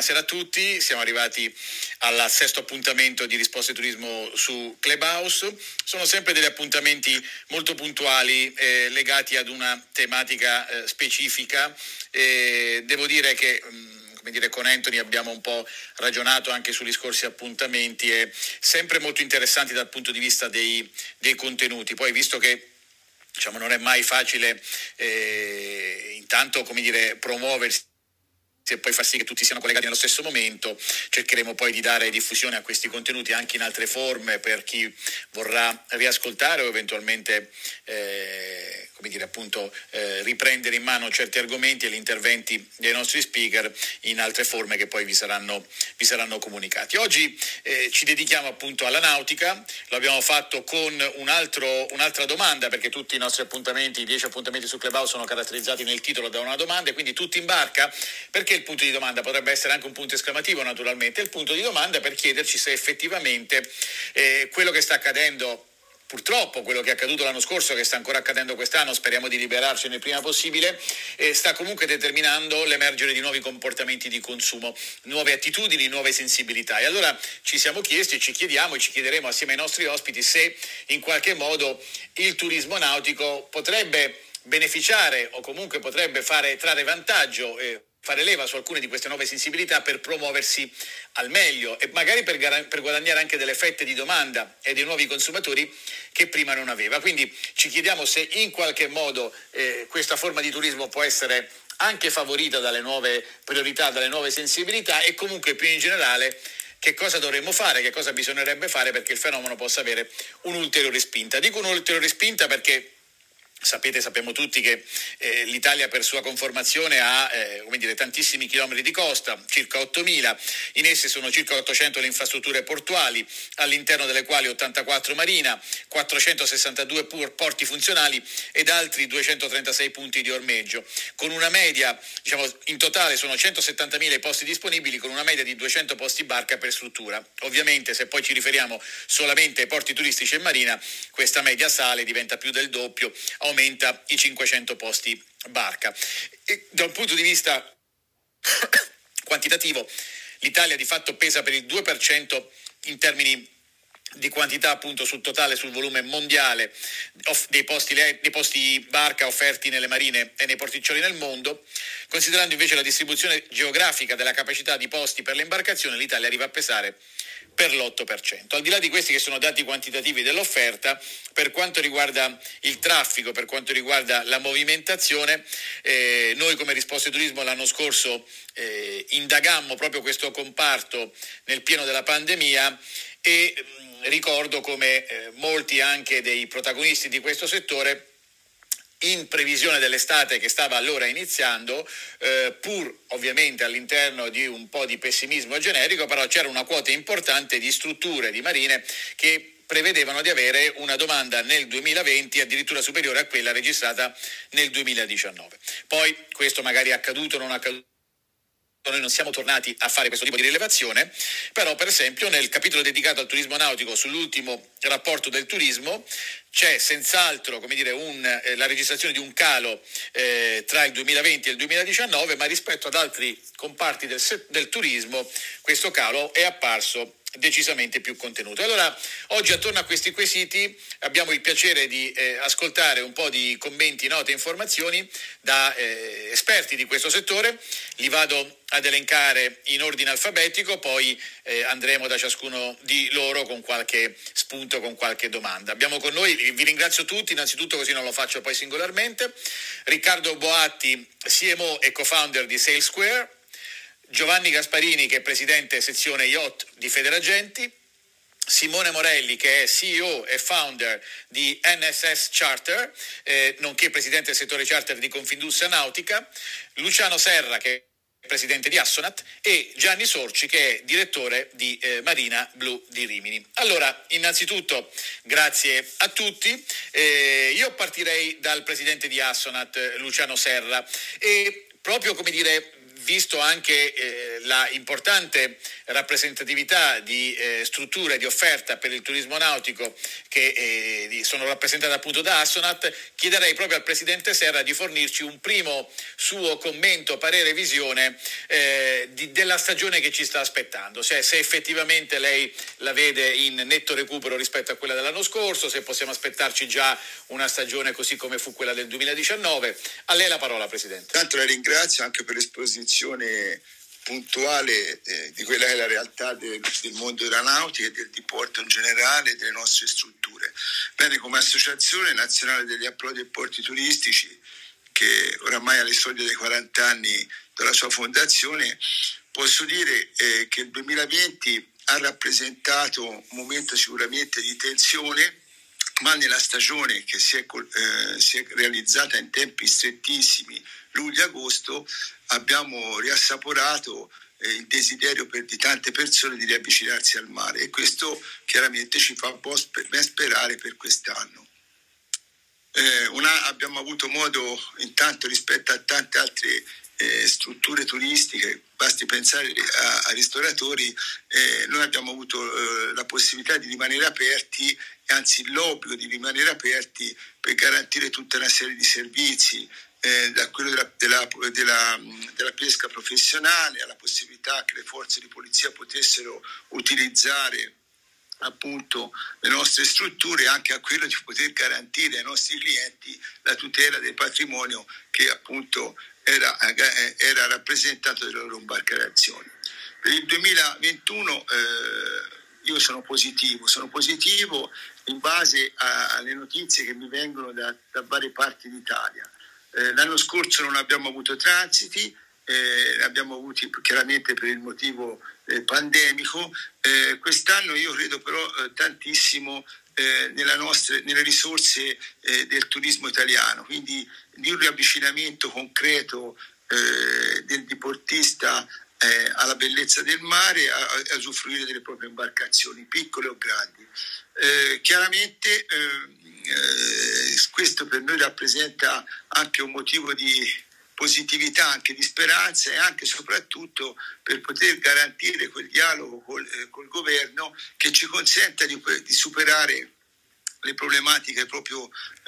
buonasera a tutti. Siamo arrivati al sesto appuntamento di Risposte Turismo su Clubhouse. Sono sempre degli appuntamenti molto puntuali legati ad una tematica specifica. Devo dire che con Anthony abbiamo un po' ragionato anche sugli scorsi appuntamenti e sempre molto interessanti dal punto di vista dei contenuti. Poi, visto che non è mai facile intanto promuoversi e poi far sì che tutti siano collegati nello stesso momento, cercheremo poi di dare diffusione a questi contenuti anche in altre forme per chi vorrà riascoltare o eventualmente riprendere in mano certi argomenti e gli interventi dei nostri speaker in altre forme che poi vi saranno comunicati. Oggi ci dedichiamo appunto alla nautica. Lo abbiamo fatto con un'altra domanda, perché tutti i nostri appuntamenti, i 10 appuntamenti su Clubhouse, sono caratterizzati nel titolo da una domanda, e quindi tutti in barca. Perché il punto di domanda potrebbe essere anche un punto esclamativo, naturalmente. Il punto di domanda per chiederci se effettivamente quello che sta accadendo, purtroppo quello che è accaduto l'anno scorso, che sta ancora accadendo quest'anno, speriamo di liberarcene il prima possibile, sta comunque determinando l'emergere di nuovi comportamenti di consumo, nuove attitudini, nuove sensibilità. E allora ci siamo chiesti, ci chiediamo e ci chiederemo assieme ai nostri ospiti se in qualche modo il turismo nautico potrebbe beneficiare o comunque potrebbe trarre vantaggio, fare leva su alcune di queste nuove sensibilità per promuoversi al meglio e magari per guadagnare anche delle fette di domanda e dei nuovi consumatori che prima non aveva. Quindi ci chiediamo se in qualche modo questa forma di turismo può essere anche favorita dalle nuove priorità, dalle nuove sensibilità, e comunque più in generale che cosa dovremmo fare, che cosa bisognerebbe fare perché il fenomeno possa avere un'ulteriore spinta. Dico un'ulteriore spinta perché sappiamo tutti che l'Italia, per sua conformazione, ha tantissimi chilometri di costa, circa 8.000, in esse sono circa 800 le infrastrutture portuali, all'interno delle quali 84 marina, 462 porti funzionali ed altri 236 punti di ormeggio, con una media, in totale sono 170.000 i posti disponibili, con una media di 200 posti barca per struttura. Ovviamente, se poi ci riferiamo solamente ai porti turistici e marina, questa media sale, diventa più del doppio, aumenta i 500 posti barca. E da un punto di vista quantitativo, l'Italia di fatto pesa per il 2% in termini di quantità, appunto, sul totale, sul volume mondiale dei posti barca offerti nelle marine e nei porticcioli nel mondo. Considerando invece la distribuzione geografica della capacità di posti per le imbarcazioni, l'Italia arriva a pesare per l'8%. Al di là di questi, che sono dati quantitativi dell'offerta, per quanto riguarda il traffico, per quanto riguarda la movimentazione, noi come Risposte Turismo l'anno scorso indagammo proprio questo comparto nel pieno della pandemia e ricordo come molti anche dei protagonisti di questo settore, in previsione dell'estate che stava allora iniziando, pur ovviamente all'interno di un po' di pessimismo generico, però c'era una quota importante di strutture, di marine, che prevedevano di avere una domanda nel 2020 addirittura superiore a quella registrata nel 2019. Poi questo magari è accaduto o non è accaduto. Noi non siamo tornati a fare questo tipo di rilevazione, però per esempio nel capitolo dedicato al turismo nautico, sull'ultimo rapporto del turismo, c'è senz'altro la registrazione di un calo tra il 2020 e il 2019, ma rispetto ad altri comparti del turismo questo calo è apparso decisamente più contenuto. Allora oggi, attorno a questi quesiti, abbiamo il piacere di ascoltare un po' di commenti, note e informazioni da esperti di questo settore. Li vado ad elencare in ordine alfabetico, poi andremo da ciascuno di loro con qualche spunto, con qualche domanda. Abbiamo con noi, vi ringrazio tutti innanzitutto, così non lo faccio poi singolarmente, Riccardo Boatti, CMO e co-founder di Sail Square, Giovanni Gasparini, che è presidente sezione yacht di Federagenti, Simone Morelli, che è CEO e founder di NSS Charter, nonché presidente del settore charter di Confindustria Nautica, Luciano Serra, che è presidente di Assonat, e Gianni Sorci, che è direttore di Marina Blu di Rimini. Allora, innanzitutto grazie a tutti. Io partirei dal presidente di Assonat, Luciano Serra, e proprio visto anche la importante rappresentatività di strutture di offerta per il turismo nautico che sono rappresentate appunto da Assonat, chiederei proprio al Presidente Serra di fornirci un primo suo commento, parere, visione della stagione che ci sta aspettando, se effettivamente lei la vede in netto recupero rispetto a quella dell'anno scorso, se possiamo aspettarci già una stagione così come fu quella del 2019. A lei la parola, Presidente. Tanto la ringrazio anche per l'esposizione puntuale di quella che è la realtà del mondo della nautica e del diporto in generale, delle nostre strutture. Bene, come Associazione Nazionale degli Approdi e Porti Turistici, che oramai alle soglie dei 40 anni dalla sua fondazione, posso dire che il 2020 ha rappresentato un momento sicuramente di tensione, ma nella stagione che si è realizzata in tempi strettissimi, luglio-agosto, abbiamo riassaporato il desiderio di tante persone di riavvicinarsi al mare, e questo chiaramente ci fa un po' ben sperare per quest'anno. Abbiamo avuto modo, intanto, rispetto a tante altre strutture turistiche, basti pensare a ristoratori, noi abbiamo avuto la possibilità di rimanere aperti, anzi l'obbligo di rimanere aperti per garantire tutta una serie di servizi, da quello della pesca professionale alla possibilità che le forze di polizia potessero utilizzare appunto le nostre strutture, anche a quello di poter garantire ai nostri clienti la tutela del patrimonio che appunto era rappresentato dalle loro imbarcazioni. Per il 2021 io sono positivo in base alle notizie che mi vengono da varie parti d'Italia. L'anno scorso non abbiamo avuto transiti, abbiamo avuti chiaramente per il motivo pandemico. Quest'anno io credo però tantissimo nelle risorse del turismo italiano, quindi di un riavvicinamento concreto del diportista alla bellezza del mare, a usufruire delle proprie imbarcazioni, piccole o grandi. Chiaramente questo per noi rappresenta anche un motivo di positività, anche di speranza, e anche e soprattutto per poter garantire quel dialogo col governo che ci consenta di superare le problematiche proprio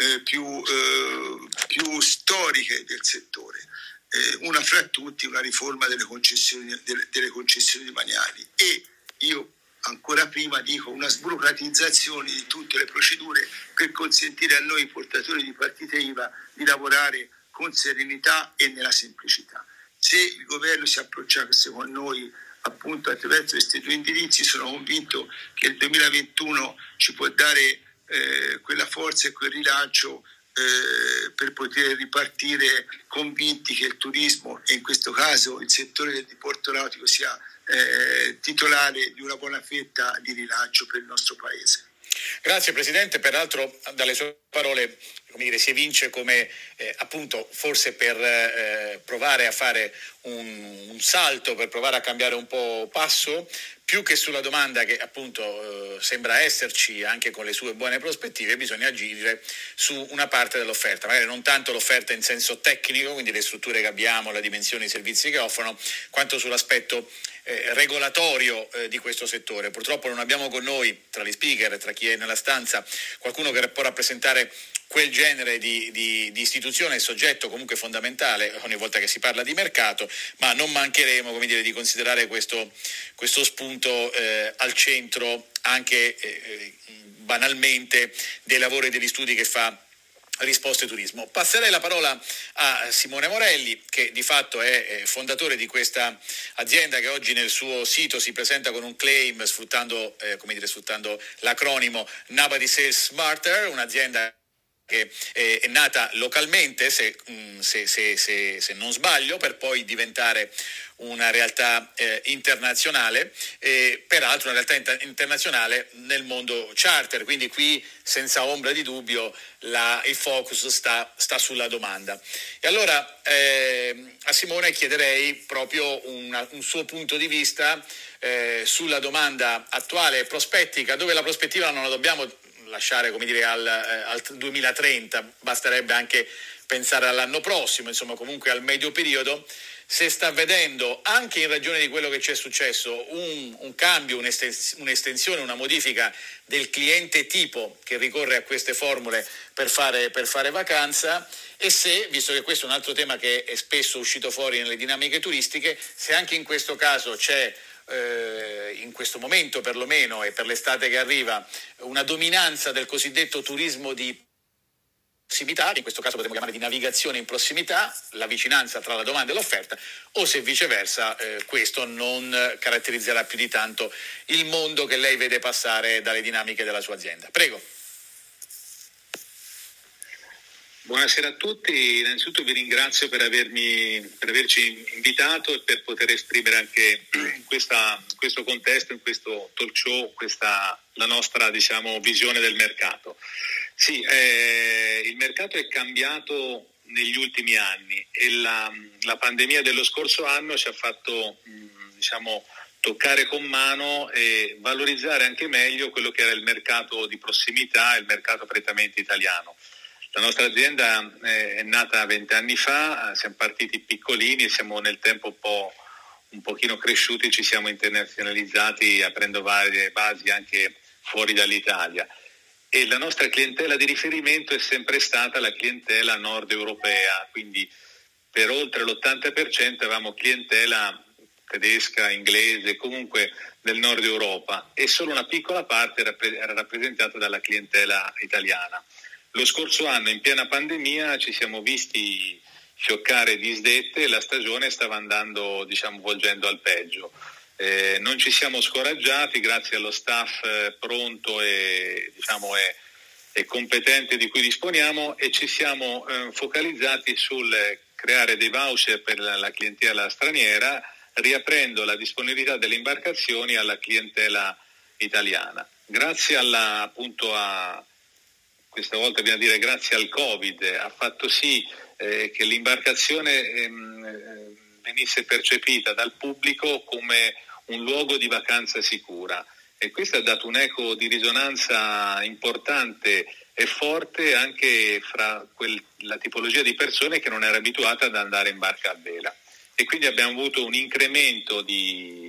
più storiche del settore. Una fra tutti, una riforma delle concessioni demaniali, e io ancora prima dico una sburocratizzazione di tutte le procedure per consentire a noi portatori di partite IVA di lavorare con serenità e nella semplicità. Se il governo si approcciasse con noi appunto attraverso questi due indirizzi, sono convinto che il 2021 ci può dare quella forza e quel rilancio per poter ripartire convinti che il turismo, e in questo caso il settore del diporto nautico, sia titolare di una buona fetta di rilancio per il nostro Paese. Grazie Presidente, peraltro dalle sue parole si evince come appunto forse per provare a fare un salto, per provare a cambiare un po' passo, più che sulla domanda che appunto sembra esserci anche con le sue buone prospettive, bisogna agire su una parte dell'offerta, magari non tanto l'offerta in senso tecnico, quindi le strutture che abbiamo, la dimensione dei servizi che offrono, quanto sull'aspetto regolatorio di questo settore. Purtroppo non abbiamo con noi, tra gli speaker, tra chi è nella stanza, qualcuno che può rappresentare quel genere di istituzione e soggetto comunque fondamentale ogni volta che si parla di mercato, ma non mancheremo di considerare questo spunto al centro anche banalmente dei lavori e degli studi che fa Risposte Turismo. Passerei la parola a Simone Morelli, che di fatto è fondatore di questa azienda che oggi nel suo sito si presenta con un claim sfruttando l'acronimo Nobody Sails Smarter, un'azienda che è nata localmente, se non sbaglio, per poi diventare una realtà internazionale, peraltro una realtà internazionale nel mondo charter, quindi qui senza ombra di dubbio il focus sta sulla domanda. E allora a Simone chiederei proprio un suo punto di vista sulla domanda attuale e prospettica, dove la prospettiva non la dobbiamo lasciare al 2030, basterebbe anche pensare all'anno prossimo, insomma comunque al medio periodo, se sta vedendo, anche in ragione di quello che ci è successo, un cambio, un'estensione, una modifica del cliente tipo che ricorre a queste formule per fare vacanza, e se, visto che questo è un altro tema che è spesso uscito fuori nelle dinamiche turistiche, se anche in questo caso c'è, in questo momento perlomeno e per l'estate che arriva, una dominanza del cosiddetto turismo di prossimità, che in questo caso potremmo chiamare di navigazione in prossimità, la vicinanza tra la domanda e l'offerta, o se viceversa questo non caratterizzerà più di tanto il mondo che lei vede passare dalle dinamiche della sua azienda. Prego. Buonasera a tutti, innanzitutto vi ringrazio per averci invitato e per poter esprimere anche in questo contesto, in questo talk show, la nostra visione del mercato. Sì, il mercato è cambiato negli ultimi anni e la pandemia dello scorso anno ci ha fatto toccare con mano e valorizzare anche meglio quello che era il mercato di prossimità, il mercato prettamente italiano. La nostra azienda è nata 20 anni fa, siamo partiti piccolini e siamo nel tempo un pochino cresciuti, ci siamo internazionalizzati aprendo varie basi anche fuori dall'Italia. E la nostra clientela di riferimento è sempre stata la clientela nord europea, quindi per oltre l'80% avevamo clientela tedesca, inglese, comunque del nord Europa, e solo una piccola parte era rappresentata dalla clientela italiana. Lo scorso anno, in piena pandemia, ci siamo visti fioccare disdette e la stagione stava andando, volgendo al peggio. Non ci siamo scoraggiati grazie allo staff pronto e competente di cui disponiamo, e ci siamo focalizzati sul creare dei voucher per la clientela straniera, riaprendo la disponibilità delle imbarcazioni alla clientela italiana. Grazie questa volta bisogna dire grazie al Covid, ha fatto sì che l'imbarcazione venisse percepita dal pubblico come un luogo di vacanza sicura, e questo ha dato un eco di risonanza importante e forte anche fra la tipologia di persone che non era abituata ad andare in barca a vela, e quindi abbiamo avuto un incremento di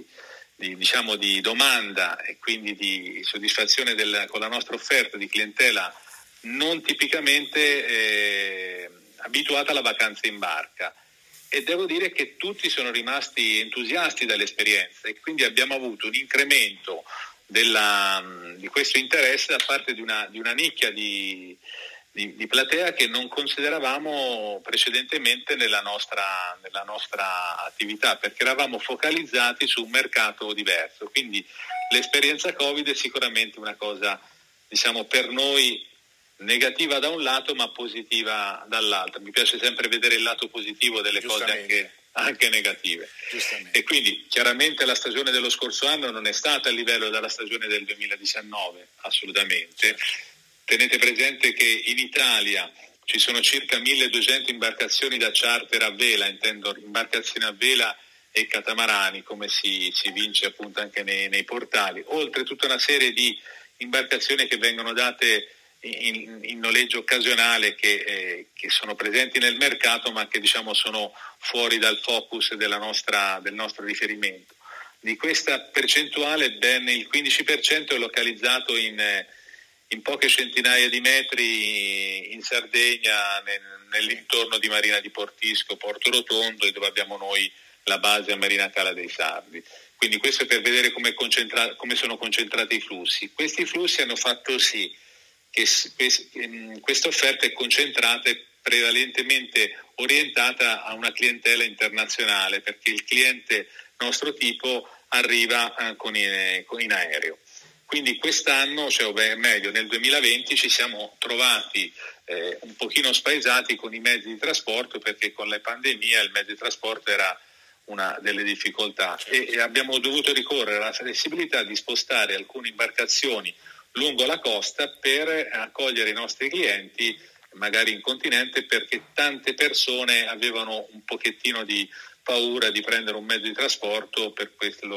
domanda e quindi di soddisfazione con la nostra offerta di clientela non tipicamente abituata alla vacanza in barca, e devo dire che tutti sono rimasti entusiasti dall'esperienza, e quindi abbiamo avuto un incremento di questo interesse da parte di una nicchia di platea che non consideravamo precedentemente nella nostra attività, perché eravamo focalizzati su un mercato diverso. Quindi l'esperienza Covid è sicuramente una cosa, per noi, negativa da un lato ma positiva dall'altro. Mi piace sempre vedere il lato positivo delle cose anche negative. E quindi chiaramente la stagione dello scorso anno non è stata a livello della stagione del 2019, assolutamente. Tenete presente che in Italia ci sono circa 1200 imbarcazioni da charter a vela, intendo imbarcazioni a vela e catamarani, come si vince appunto anche nei portali, oltre tutta una serie di imbarcazioni che vengono date in noleggio occasionale, che sono presenti nel mercato ma che sono fuori dal focus del nostro riferimento. Di questa percentuale ben il 15% è localizzato in poche centinaia di metri in Sardegna, nell'intorno di Marina di Portisco, Porto Rotondo, e dove abbiamo noi la base a Marina Cala dei Sardi. Quindi questo è per vedere come sono concentrati i flussi. Questi flussi hanno fatto sì che questa offerta è concentrata e prevalentemente orientata a una clientela internazionale, perché il cliente nostro tipo arriva in aereo. Quindi quest'anno, meglio nel 2020, ci siamo trovati un pochino spaesati con i mezzi di trasporto, perché con la pandemia il mezzo di trasporto era una delle difficoltà, e abbiamo dovuto ricorrere alla flessibilità di spostare alcune imbarcazioni lungo la costa per accogliere i nostri clienti, magari in continente, perché tante persone avevano un pochettino di paura di prendere un mezzo di trasporto per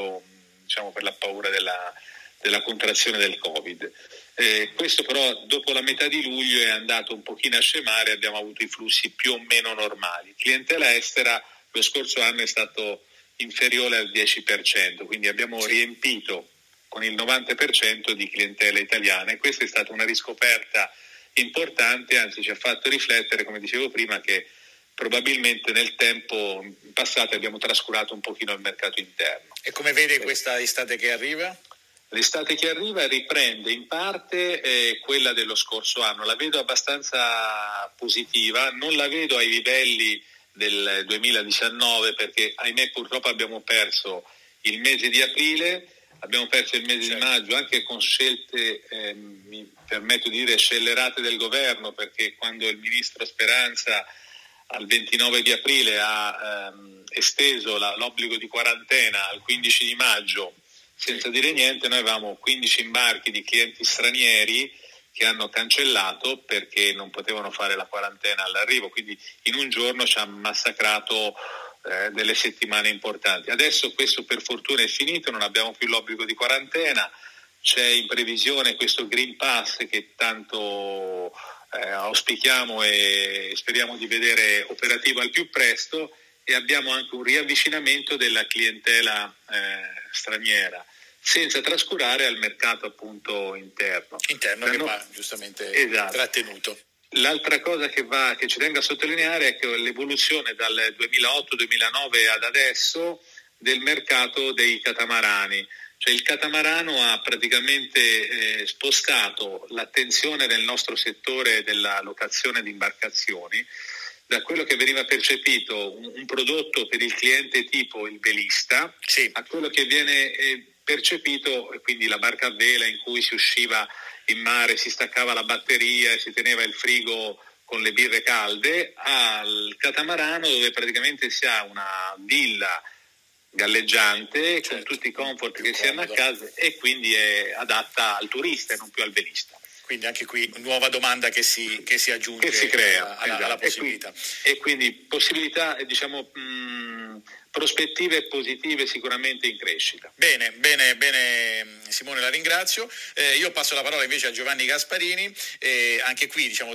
la paura della contrazione del Covid. Questo però dopo la metà di luglio è andato un pochino a scemare, abbiamo avuto i flussi più o meno normali. Clientela estera lo scorso anno è stato inferiore al 10%, quindi abbiamo riempito con il 90% di clientela italiana, e questa è stata una riscoperta importante, anzi ci ha fatto riflettere, come dicevo prima, che probabilmente nel tempo passato abbiamo trascurato un pochino il mercato interno. E come vede questa estate che arriva? L'estate che arriva riprende in parte quella dello scorso anno, la vedo abbastanza positiva, non la vedo ai livelli del 2019 perché ahimè purtroppo abbiamo perso il mese di aprile, abbiamo perso il mese di maggio anche con scelte, mi permetto di dire, scellerate del governo, perché quando il ministro Speranza al 29 di aprile ha esteso l'obbligo di quarantena al 15 di maggio senza dire niente, noi avevamo 15 imbarchi di clienti stranieri che hanno cancellato perché non potevano fare la quarantena all'arrivo, quindi in un giorno ci ha massacrato delle settimane importanti. Adesso questo per fortuna è finito, non abbiamo più l'obbligo di quarantena, c'è in previsione questo Green Pass che tanto auspichiamo e speriamo di vedere operativo al più presto, e abbiamo anche un riavvicinamento della clientela straniera, senza trascurare al mercato appunto interno che va giustamente trattenuto. L'altra cosa che ci tengo a sottolineare è che l'evoluzione dal 2008-2009 ad adesso del mercato dei catamarani, cioè il catamarano ha praticamente spostato l'attenzione nel nostro settore della locazione di imbarcazioni da quello che veniva percepito un prodotto per il cliente tipo il velista, a quello che viene percepito, quindi la barca a vela in cui si usciva in mare, si staccava la batteria e si teneva il frigo con le birre calde, al catamarano dove praticamente si ha una villa galleggiante con tutti i comfort che si hanno a casa, e quindi è adatta al turista e non più al velista. Quindi anche qui nuova domanda che si aggiunge, che si crea alla possibilità. E quindi possibilità, diciamo, prospettive positive sicuramente in crescita. Bene Simone, la ringrazio. Io passo la parola invece a Giovanni Gasparini, anche qui diciamo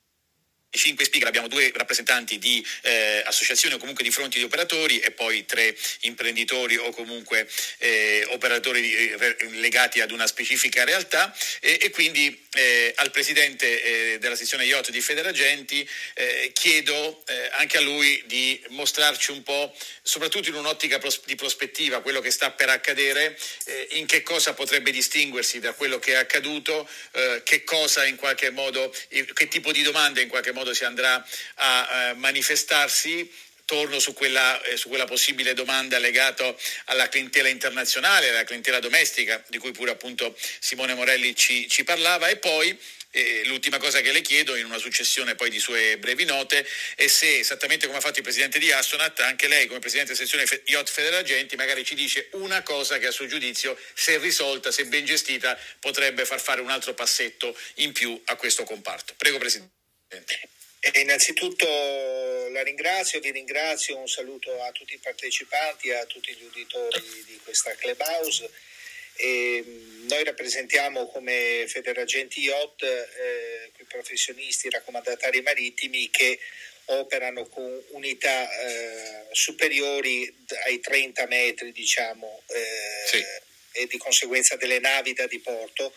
5 speaker, abbiamo 2 rappresentanti di associazioni o comunque di fronti di operatori e poi 3 imprenditori o comunque operatori legati ad una specifica realtà, e quindi al presidente della sezione yacht di Federagenti chiedo anche a lui di mostrarci un po', soprattutto in un'ottica di prospettiva, quello che sta per accadere, in che cosa potrebbe distinguersi da quello che è accaduto, che cosa in qualche modo, che tipo di domande in qualche modo si andrà a manifestarsi. Torno su quella possibile domanda legata alla clientela internazionale, alla clientela domestica, di cui pure appunto Simone Morelli ci parlava, e poi l'ultima cosa che le chiedo, in una successione poi di sue brevi note, è se, esattamente come ha fatto il presidente di Astonat, anche lei come presidente della sezione Yacht Federagenti magari ci dice una cosa che a suo giudizio, se risolta, se ben gestita, potrebbe far fare un altro passetto in più a questo comparto. Prego presidente. Innanzitutto vi ringrazio, un saluto a tutti i partecipanti, a tutti gli uditori di questa Clubhouse. Noi rappresentiamo come Federagenti Yacht quei professionisti raccomandatari marittimi che operano con unità superiori ai 30 metri, diciamo, e di conseguenza delle navi da diporto,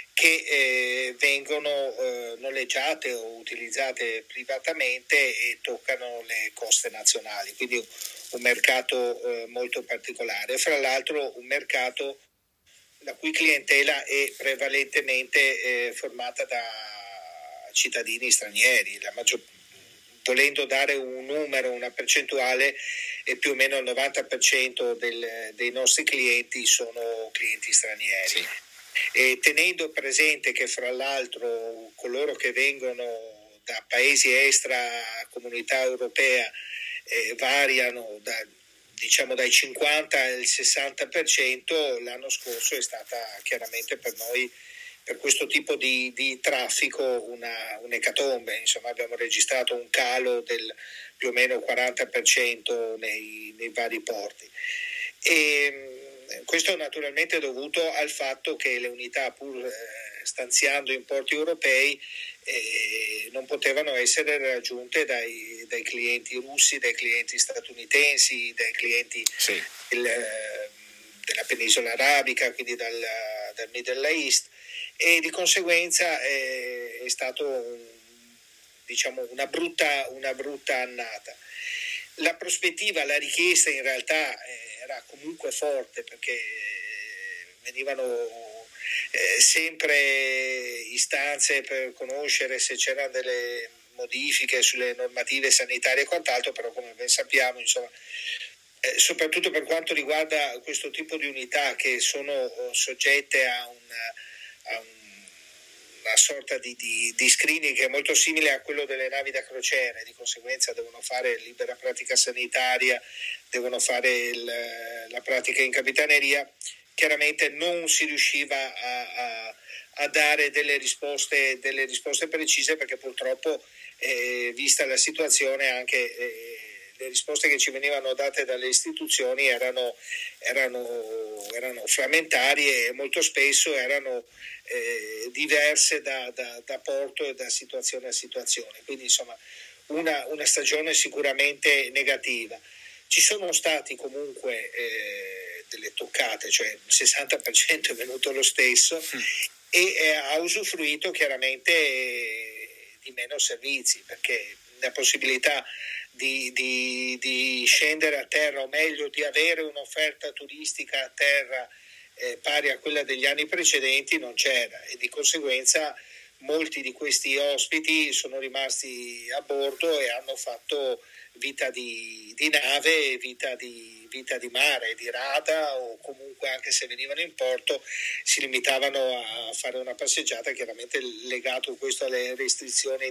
che vengono noleggiate o utilizzate privatamente e toccano le coste nazionali, quindi un mercato molto particolare. Fra l'altro un mercato la cui clientela è prevalentemente formata da cittadini stranieri, volendo dare un numero, una percentuale, più o meno il 90% dei nostri clienti sono clienti stranieri. Sì. E tenendo presente che fra l'altro coloro che vengono da paesi extra comunità europea variano dai 50 al 60%, l'anno scorso è stata chiaramente per noi, per questo tipo di traffico, un'ecatombe. Insomma, abbiamo registrato un calo del più o meno 40% nei vari porti. E questo naturalmente è dovuto al fatto che le unità, pur stanziando in porti europei non potevano essere raggiunte dai clienti russi, dai clienti statunitensi, dai clienti della penisola arabica, quindi dal Middle East, e di conseguenza è stato una brutta annata. La prospettiva, la richiesta in realtà era comunque forte, perché venivano sempre istanze per conoscere se c'erano delle modifiche sulle normative sanitarie e quant'altro, però come ben sappiamo, insomma, soprattutto per quanto riguarda questo tipo di unità che sono soggette a una sorta di screening che è molto simile a quello delle navi da crociera, di conseguenza devono fare libera pratica sanitaria, devono fare la pratica in capitaneria. Chiaramente non si riusciva a dare delle risposte precise, perché purtroppo, vista la situazione, anche le risposte che ci venivano date dalle istituzioni erano frammentarie e molto spesso erano diverse da porto e da situazione a situazione. Quindi insomma una stagione sicuramente negativa. Ci sono stati comunque delle toccate, cioè il 60% è venuto lo stesso, e ha usufruito chiaramente di meno servizi, perché la possibilità di scendere a terra, o meglio di avere un'offerta turistica a terra pari a quella degli anni precedenti non c'era, e di conseguenza molti di questi ospiti sono rimasti a bordo e hanno fatto vita di nave, vita di mare, di rada, o comunque, anche se venivano in porto, si limitavano a fare una passeggiata, chiaramente legato questo alle restrizioni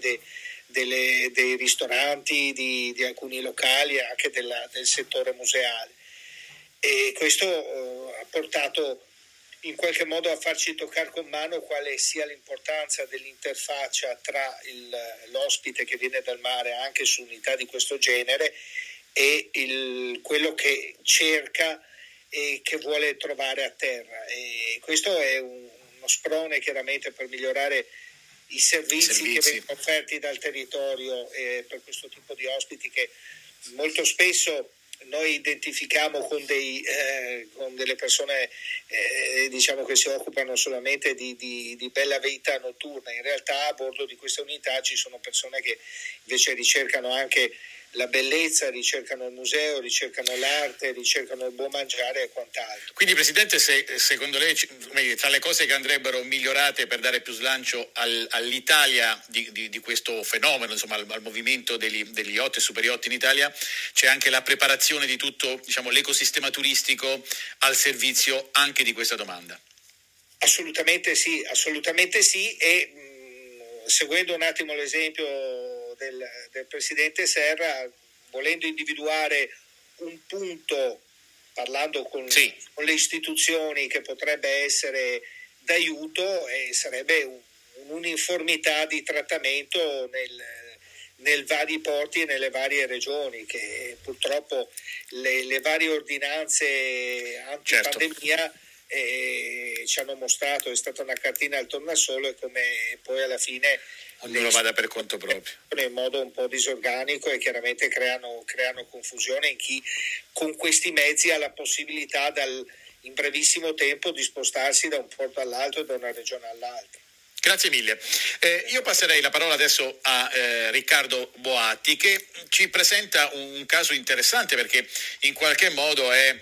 dei ristoranti, di alcuni locali e anche del settore museale. E questo ha portato in qualche modo a farci toccare con mano quale sia l'importanza dell'interfaccia tra l'ospite che viene dal mare anche su unità di questo genere e quello che cerca e che vuole trovare a terra. E questo è uno sprone chiaramente per migliorare i servizi che vengono offerti dal territorio per questo tipo di ospiti, che molto spesso noi identifichiamo con delle persone diciamo che si occupano solamente di bella vita notturna. In realtà a bordo di queste unità ci sono persone che invece ricercano anche la bellezza, ricercano il museo, ricercano l'arte, ricercano il buon mangiare e quant'altro. Quindi Presidente, secondo lei tra le cose che andrebbero migliorate per dare più slancio all'Italia di questo fenomeno, insomma al movimento degli yacht e super yacht in Italia, c'è anche la preparazione di tutto, diciamo, l'ecosistema turistico al servizio anche di questa domanda? Assolutamente sì, e seguendo un attimo l'esempio del Presidente Serra, volendo individuare un punto, parlando con le istituzioni, che potrebbe essere d'aiuto, sarebbe un'uniformità di trattamento nei vari porti e nelle varie regioni, che purtroppo le varie ordinanze antipandemia ci hanno mostrato, è stata una cartina al tornasole, e come poi alla fine ognuno vada per conto proprio, in modo un po' disorganico, e chiaramente creano confusione in chi con questi mezzi ha la possibilità in brevissimo tempo di spostarsi da un porto all'altro e da una regione all'altra. Grazie mille. Io passerei la parola adesso a Riccardo Boatti, che ci presenta un caso interessante, perché in qualche modo è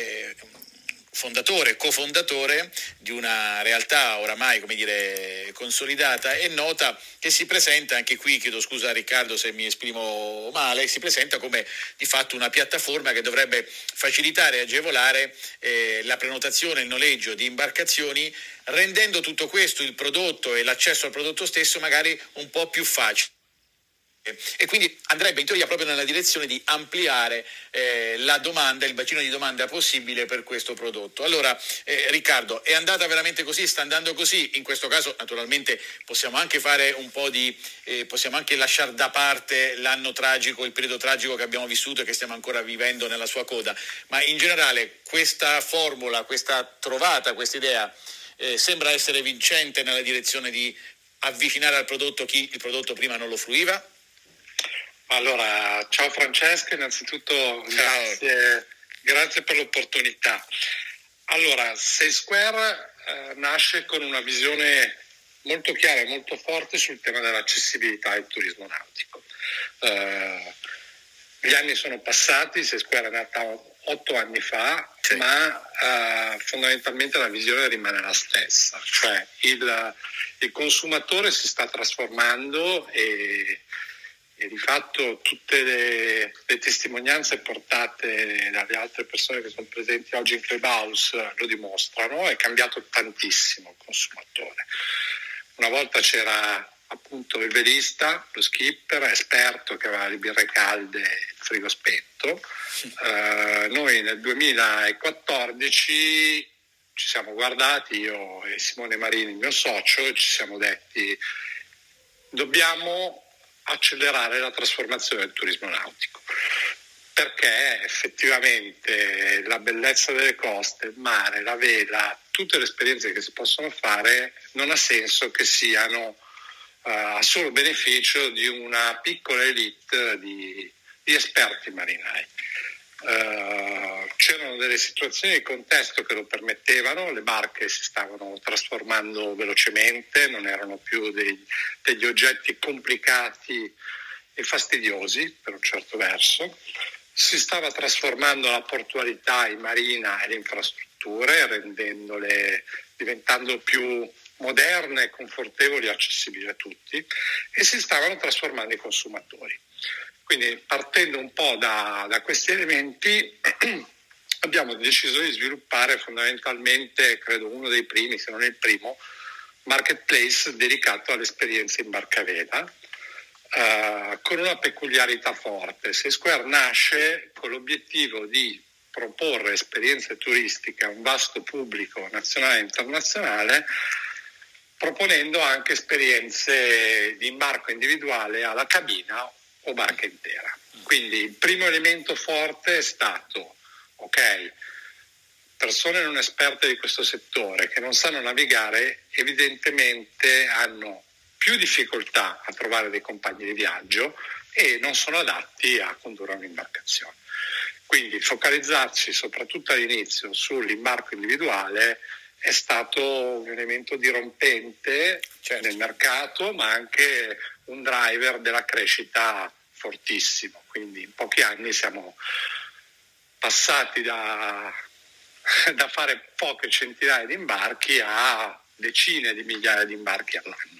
cofondatore di una realtà oramai, come dire, consolidata e nota, che si presenta anche qui, chiedo scusa a Riccardo se mi esprimo male, si presenta come di fatto una piattaforma che dovrebbe facilitare e agevolare la prenotazione e il noleggio di imbarcazioni, rendendo tutto questo, il prodotto e l'accesso al prodotto stesso, magari un po' più facile. E quindi andrebbe in teoria proprio nella direzione di ampliare la domanda, il bacino di domanda possibile per questo prodotto. Allora Riccardo, è andata veramente così? Sta andando così? In questo caso naturalmente possiamo anche fare un po' possiamo anche lasciare da parte l'anno tragico, il periodo tragico che abbiamo vissuto e che stiamo ancora vivendo nella sua coda, ma in generale questa formula, questa idea sembra essere vincente nella direzione di avvicinare al prodotto chi il prodotto prima non lo fruiva? Allora, ciao Francesco, innanzitutto grazie per l'opportunità. Allora, Save Square nasce con una visione molto chiara e molto forte sul tema dell'accessibilità del turismo nautico. Gli anni sono passati, Save Square è nata 8 anni fa, sì, ma fondamentalmente la visione rimane la stessa, cioè il consumatore si sta trasformando e di fatto tutte le testimonianze portate dalle altre persone che sono presenti oggi in Clubhouse lo dimostrano. È cambiato tantissimo il consumatore. Una volta c'era appunto il velista, lo skipper, esperto che aveva le birre calde e il frigo spento. Noi nel 2014 ci siamo guardati, io e Simone Marini, il mio socio, e ci siamo detti: dobbiamo accelerare la trasformazione del turismo nautico, perché effettivamente la bellezza delle coste, il mare, la vela, tutte le esperienze che si possono fare non ha senso che siano a solo beneficio di una piccola elite di esperti marinai. C'erano delle situazioni di contesto che lo permettevano, le barche si stavano trasformando velocemente, non erano più degli oggetti complicati e fastidiosi per un certo verso, si stava trasformando la portualità in marina e le infrastrutture, diventando più moderne, confortevoli e accessibili a tutti, e si stavano trasformando i consumatori. Quindi, partendo un po' da questi elementi, abbiamo deciso di sviluppare fondamentalmente, credo uno dei primi, se non il primo, marketplace dedicato all'esperienza in barcavela, con una peculiarità forte. Save Square nasce con l'obiettivo di proporre esperienze turistiche a un vasto pubblico nazionale e internazionale, proponendo anche esperienze di imbarco individuale alla cabina o barca intera. Quindi il primo elemento forte è stato: ok, persone non esperte di questo settore che non sanno navigare evidentemente hanno più difficoltà a trovare dei compagni di viaggio e non sono adatti a condurre un'imbarcazione. Quindi focalizzarci soprattutto all'inizio sull'imbarco individuale è stato un elemento dirompente, certo, nel mercato, ma anche un driver della crescita fortissimo. Quindi in pochi anni siamo passati da fare poche centinaia di imbarchi a decine di migliaia di imbarchi all'anno.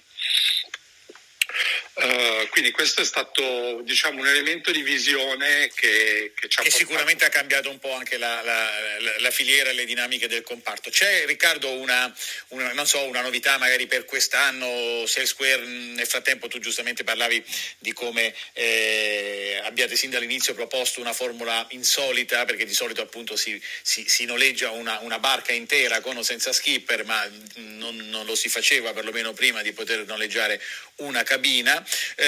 Quindi questo è stato, diciamo, un elemento di visione che ci ha portato. Sicuramente ha cambiato un po' anche la filiera e le dinamiche del comparto. C'è, Riccardo, una novità magari per quest'anno? Save Square, nel frattempo tu giustamente parlavi di come abbiate sin dall'inizio proposto una formula insolita, perché di solito appunto si noleggia una barca intera con o senza skipper, ma non lo si faceva perlomeno prima di poter noleggiare una cabina.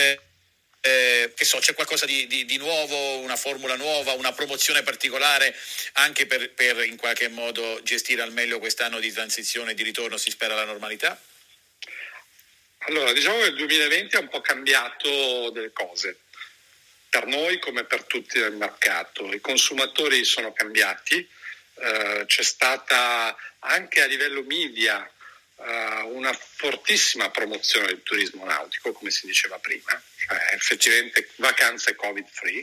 C'è qualcosa di nuovo, una formula nuova, una promozione particolare anche per in qualche modo gestire al meglio quest'anno di transizione e di ritorno, si spera, alla normalità? Allora, diciamo che il 2020 ha un po' cambiato delle cose, per noi come per tutti nel mercato. I consumatori sono cambiati, c'è stata anche a livello media una fortissima promozione del turismo nautico, come si diceva prima, cioè effettivamente vacanze covid free,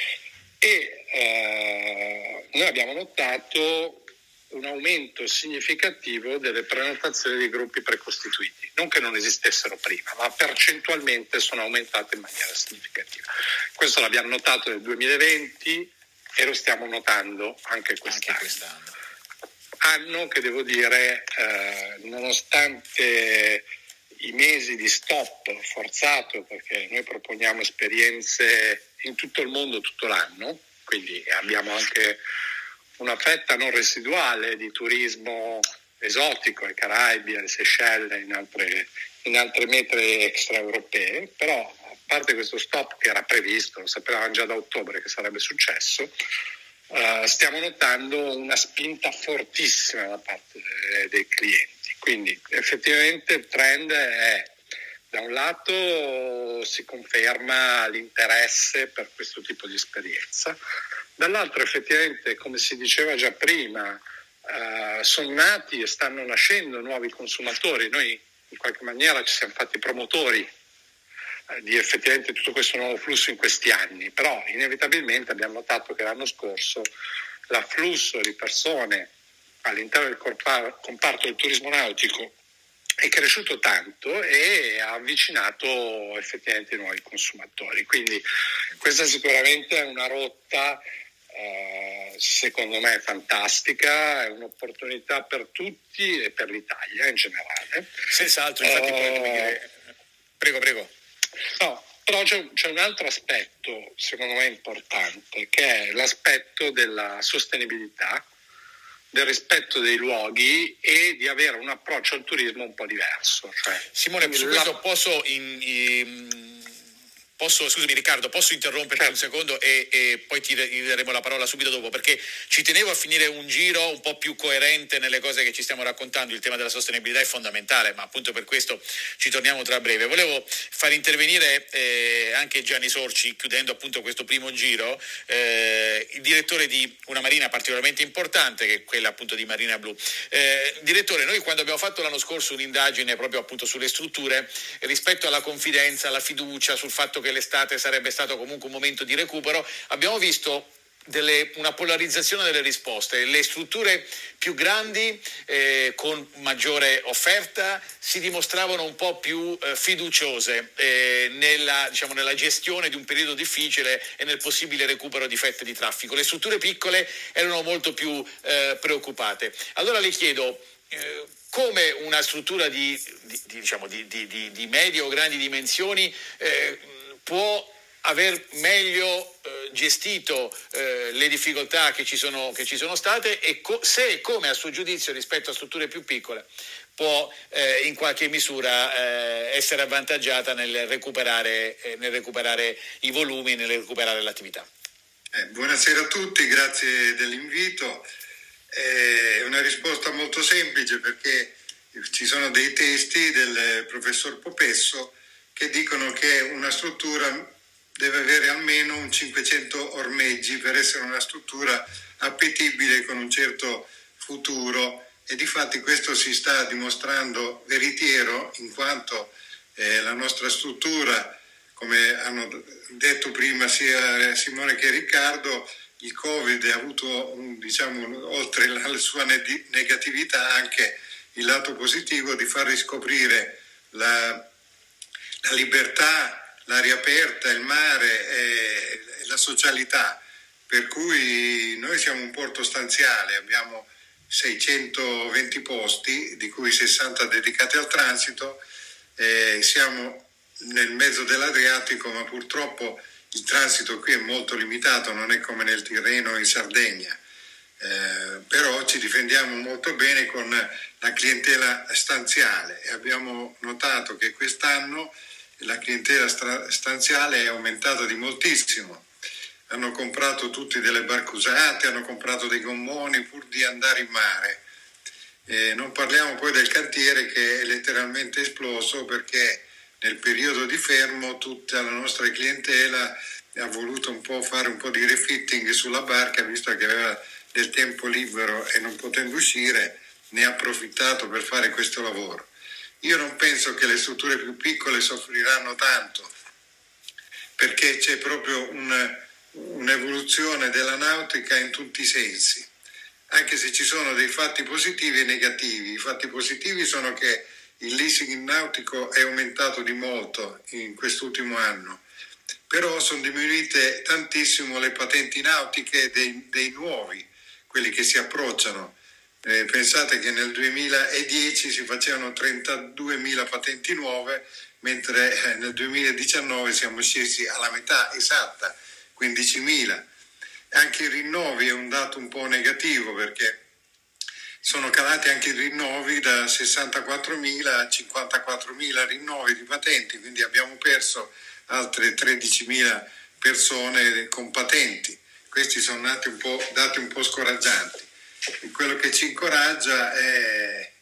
e noi abbiamo notato un aumento significativo delle prenotazioni di gruppi precostituiti, non che non esistessero prima, ma percentualmente sono aumentate in maniera significativa. Questo l'abbiamo notato nel 2020 e lo stiamo notando anche quest'anno. Anno che, devo dire, nonostante i mesi di stop forzato, perché noi proponiamo esperienze in tutto il mondo tutto l'anno, quindi abbiamo anche una fetta non residuale di turismo esotico ai Caraibi, alle Seychelles, in altre mete extraeuropee, però a parte questo stop che era previsto, lo sapevamo già da ottobre che sarebbe successo, stiamo notando una spinta fortissima da parte dei clienti. Quindi effettivamente il trend è, da un lato si conferma l'interesse per questo tipo di esperienza, dall'altro effettivamente, come si diceva già prima, sono nati e stanno nascendo nuovi consumatori. Noi in qualche maniera ci siamo fatti promotori di effettivamente tutto questo nuovo flusso in questi anni, però inevitabilmente abbiamo notato che l'anno scorso l'afflusso di persone all'interno del comparto del turismo nautico è cresciuto tanto e ha avvicinato effettivamente i nuovi consumatori. Quindi questa sicuramente è una rotta secondo me fantastica, è un'opportunità per tutti e per l'Italia in generale. Senz'altro, infatti poi come dire... Prego. No, però c'è un altro aspetto secondo me importante, che è l'aspetto della sostenibilità, del rispetto dei luoghi e di avere un approccio al turismo un po' diverso. Simone, su questo scusami Riccardo, posso interromperti un secondo e poi ti daremo la parola subito dopo, perché ci tenevo a finire un giro un po' più coerente nelle cose che ci stiamo raccontando. Il tema della sostenibilità è fondamentale, ma appunto per questo ci torniamo tra breve. Volevo far intervenire anche Gianni Sorci, chiudendo appunto questo primo giro, il direttore di una marina particolarmente importante, che è quella appunto di Marina Blu. Direttore, noi quando abbiamo fatto l'anno scorso un'indagine proprio appunto sulle strutture, rispetto alla confidenza, alla fiducia, sul fatto che l'estate sarebbe stato comunque un momento di recupero, abbiamo visto una polarizzazione delle risposte. Le strutture più grandi con maggiore offerta si dimostravano un po' più fiduciose nella gestione di un periodo difficile e nel possibile recupero di fette di traffico. Le strutture piccole erano molto più preoccupate. Allora le chiedo, come una struttura di medie o grandi dimensioni può aver meglio gestito le difficoltà che ci sono state e se e come a suo giudizio rispetto a strutture più piccole può in qualche misura essere avvantaggiata nel recuperare i volumi, nel recuperare l'attività. Buonasera a tutti, grazie dell'invito. È una risposta molto semplice, perché ci sono dei testi del professor Popesso che dicono che una struttura deve avere almeno un 500 ormeggi per essere una struttura appetibile con un certo futuro, e difatti questo si sta dimostrando veritiero, in quanto la nostra struttura, come hanno detto prima sia Simone che Riccardo, il Covid ha avuto oltre la sua negatività anche il lato positivo di far riscoprire la libertà, l'aria aperta, il mare e la socialità, per cui noi siamo un porto stanziale, abbiamo 620 posti, di cui 60 dedicati al transito, siamo nel mezzo dell'Adriatico, ma purtroppo il transito qui è molto limitato, non è come nel Tirreno o in Sardegna, però ci difendiamo molto bene con la clientela stanziale e abbiamo notato che quest'anno la clientela stanziale è aumentata di moltissimo. Hanno comprato tutti delle barche usate, hanno comprato dei gommoni pur di andare in mare. Non parliamo poi del cantiere, che è letteralmente esploso, perché nel periodo di fermo tutta la nostra clientela ha voluto fare un po' di refitting sulla barca, visto che aveva del tempo libero e non potendo uscire ne ha approfittato per fare questo lavoro. Io non penso che le strutture più piccole soffriranno tanto, perché c'è proprio un'evoluzione della nautica in tutti i sensi, anche se ci sono dei fatti positivi e negativi. I fatti positivi sono che il leasing nautico è aumentato di molto in quest'ultimo anno, però sono diminuite tantissimo le patenti nautiche dei nuovi, quelli che si approcciano. Pensate che nel 2010 si facevano 32.000 patenti nuove, mentre nel 2019 siamo scesi alla metà esatta, 15.000. Anche i rinnovi è un dato un po' negativo, perché sono calati anche i rinnovi da 64.000 a 54.000 rinnovi di patenti, quindi abbiamo perso altre 13.000 persone con patenti. Questi sono dati un po' scoraggianti. Quello che ci incoraggia è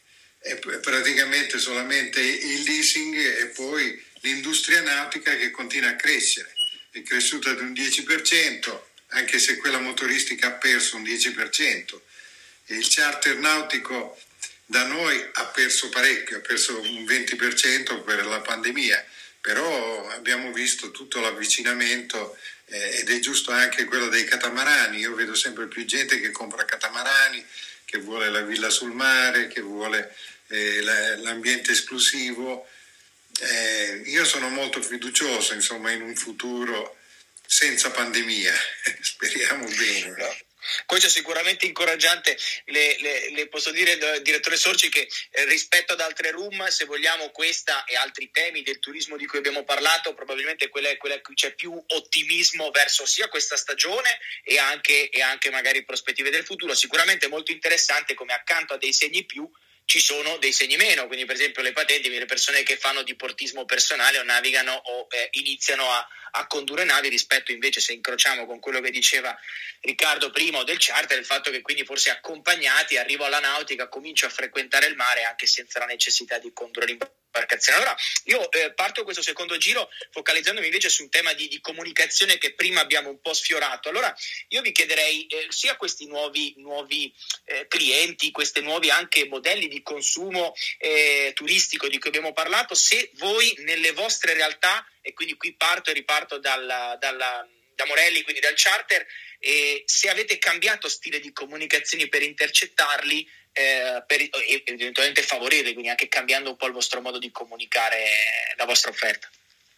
è praticamente solamente il leasing e poi l'industria nautica che continua a crescere, è cresciuta di un 10%, anche se quella motoristica ha perso un 10%. Il charter nautico da noi ha perso parecchio, ha perso un 20% per la pandemia, però abbiamo visto tutto l'avvicinamento ed è giusto anche quello dei catamarani. Io vedo sempre più gente che compra catamarani, che vuole la villa sul mare, che vuole l'ambiente esclusivo. Io sono molto fiducioso, insomma, in un futuro senza pandemia. Speriamo bene. No. Questo è sicuramente incoraggiante. Le posso dire, direttore Sorci, che rispetto ad altre room, se vogliamo, questa e altri temi del turismo di cui abbiamo parlato, probabilmente quella in cui c'è più ottimismo verso sia questa stagione e anche magari prospettive del futuro. Sicuramente molto interessante come accanto a dei segni più ci sono dei segni meno, quindi per esempio le patenti, le persone che fanno diportismo personale o navigano o iniziano a condurre navi, rispetto invece, se incrociamo con quello che diceva Riccardo prima del charter, il fatto che quindi forse accompagnati arrivo alla nautica, comincio a frequentare il mare anche senza la necessità di condurre l'imbarcazione. Allora io parto questo secondo giro focalizzandomi invece su un tema di comunicazione che prima abbiamo un po' sfiorato. Allora io vi chiederei sia questi nuovi clienti, questi nuovi anche modelli di consumo turistico di cui abbiamo parlato, se voi nelle vostre realtà, e quindi qui parto e riparto da Morelli, quindi dal charter, se avete cambiato stile di comunicazioni per intercettarli, per eventualmente favorirli, quindi anche cambiando un po' il vostro modo di comunicare la vostra offerta.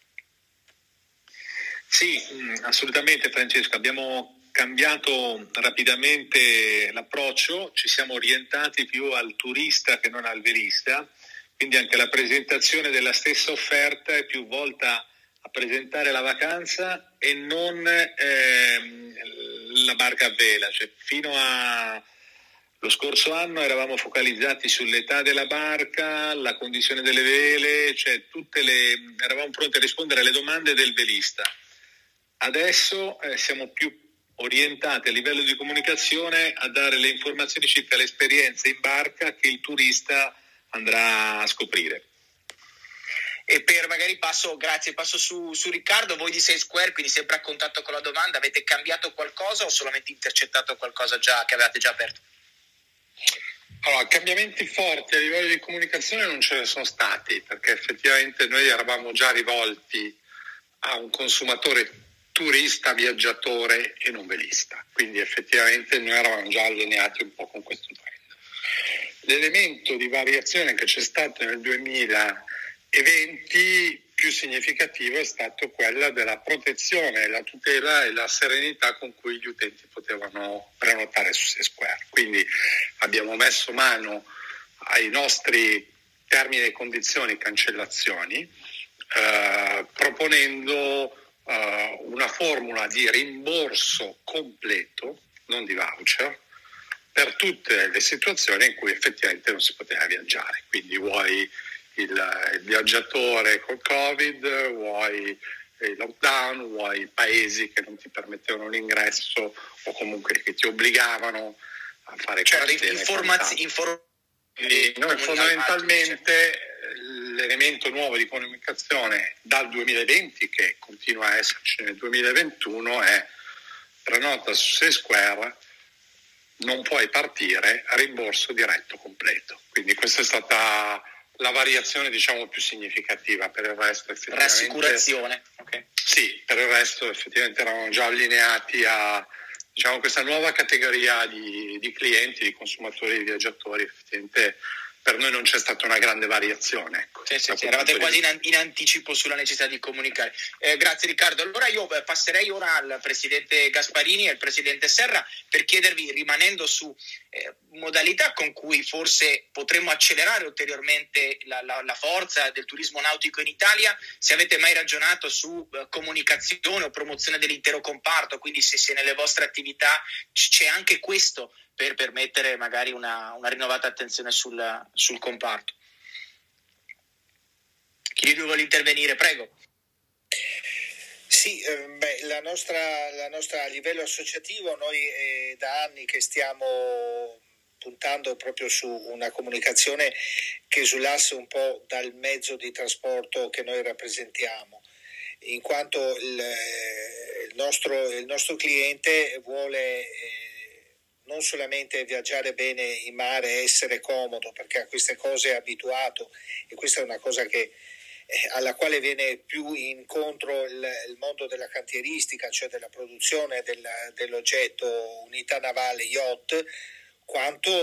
Sì, assolutamente Francesco, abbiamo cambiato rapidamente l'approccio, ci siamo orientati più al turista che non al velista, quindi anche la presentazione della stessa offerta è più volta a presentare la vacanza e non la barca a vela. Cioè, fino allo scorso anno eravamo focalizzati sull'età della barca, la condizione delle vele, cioè eravamo pronti a rispondere alle domande del velista. Adesso siamo più orientati a livello di comunicazione a dare le informazioni circa l'esperienza in barca che il turista andrà a scoprire. E per magari passo su Riccardo, voi di 6 Square, quindi sempre a contatto con la domanda, avete cambiato qualcosa o solamente intercettato qualcosa che avevate già aperto? Allora, cambiamenti forti a livello di comunicazione non ce ne sono stati, perché effettivamente noi eravamo già rivolti a un consumatore turista, viaggiatore e non velista, quindi effettivamente noi eravamo già allineati un po' con questo trend. L'elemento di variazione che c'è stato nel 2020 più significativo è stato quella della protezione, la tutela e la serenità con cui gli utenti potevano prenotare su 6 Square. Quindi abbiamo messo mano ai nostri termini e condizioni cancellazioni, proponendo una formula di rimborso completo, non di voucher, per tutte le situazioni in cui effettivamente non si poteva viaggiare. Quindi vuoi il viaggiatore col Covid, vuoi il lockdown, vuoi i paesi che non ti permettevano l'ingresso o comunque che ti obbligavano a fare quarantena. Noi fondamentalmente l'elemento nuovo di comunicazione dal 2020, che continua a esserci nel 2021, è prenota su 6 Square, non puoi partire, rimborso diretto completo. Quindi questa è stata la variazione, diciamo, più significativa. Per il resto effettivamente rassicurazione. Okay. Sì, per il resto effettivamente eravamo già allineati a, diciamo, questa nuova categoria di clienti, di consumatori, di viaggiatori. Effettivamente per noi non c'è stata una grande variazione. Ecco, sì, eravate quasi in anticipo sulla necessità di comunicare. Grazie Riccardo. Allora io passerei ora al Presidente Gasparini e al Presidente Serra per chiedervi, rimanendo su modalità con cui forse potremmo accelerare ulteriormente la forza del turismo nautico in Italia, se avete mai ragionato su comunicazione o promozione dell'intero comparto, quindi se nelle vostre attività c'è anche questo per permettere magari una rinnovata attenzione sul comparto. Chi vuole intervenire? Prego. Sì, la nostra a livello associativo, noi da anni che stiamo puntando proprio su una comunicazione che esulasse un po' dal mezzo di trasporto che noi rappresentiamo, in quanto il nostro cliente vuole non solamente viaggiare bene in mare, essere comodo, perché a queste cose è abituato, e questa è una cosa alla quale viene più incontro il mondo della cantieristica, cioè della produzione dell'oggetto unità navale yacht, quanto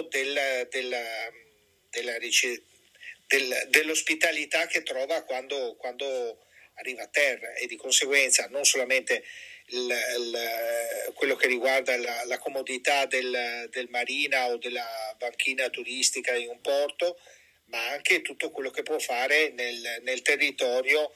dell'ospitalità che trova quando arriva a terra, e di conseguenza non solamente quello che riguarda la comodità del marina o della banchina turistica in un porto, ma anche tutto quello che può fare nel territorio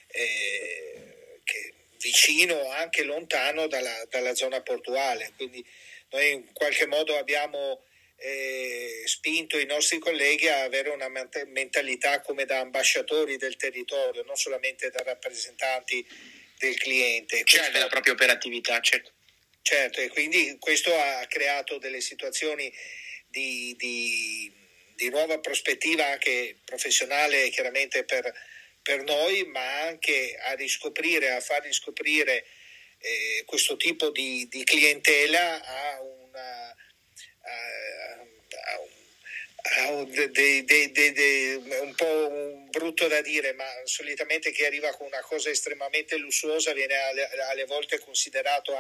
che vicino, anche lontano dalla zona portuale. Quindi noi in qualche modo abbiamo spinto i nostri colleghi a avere una mentalità come da ambasciatori del territorio, non solamente da rappresentanti del cliente. Cioè della propria operatività, certo. Certo, e quindi questo ha creato delle situazioni di nuova prospettiva anche professionale, chiaramente per noi, ma anche a far riscoprire questo tipo di clientela a un po' brutto da dire, ma solitamente chi arriva con una cosa estremamente lussuosa viene alle volte considerato